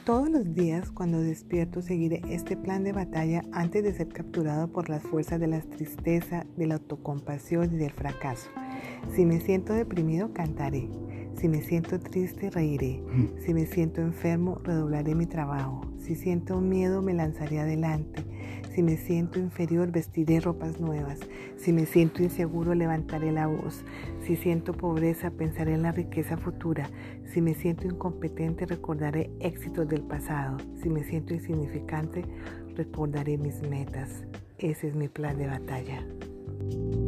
Todos los días cuando despierto seguiré este plan de batalla antes de ser capturado por las fuerzas de la tristeza, de la autocompasión y del fracaso. Si me siento deprimido, cantaré. Si me siento triste, reiré. Si me siento enfermo, redoblaré mi trabajo. Si siento miedo, me lanzaré adelante. Si me siento inferior, vestiré ropas nuevas. Si me siento inseguro, levantaré la voz. Si siento pobreza, pensaré en la riqueza futura. Si me siento incompetente, recordaré éxitos del pasado. Si me siento insignificante, recordaré mis metas. Ese es mi plan de batalla.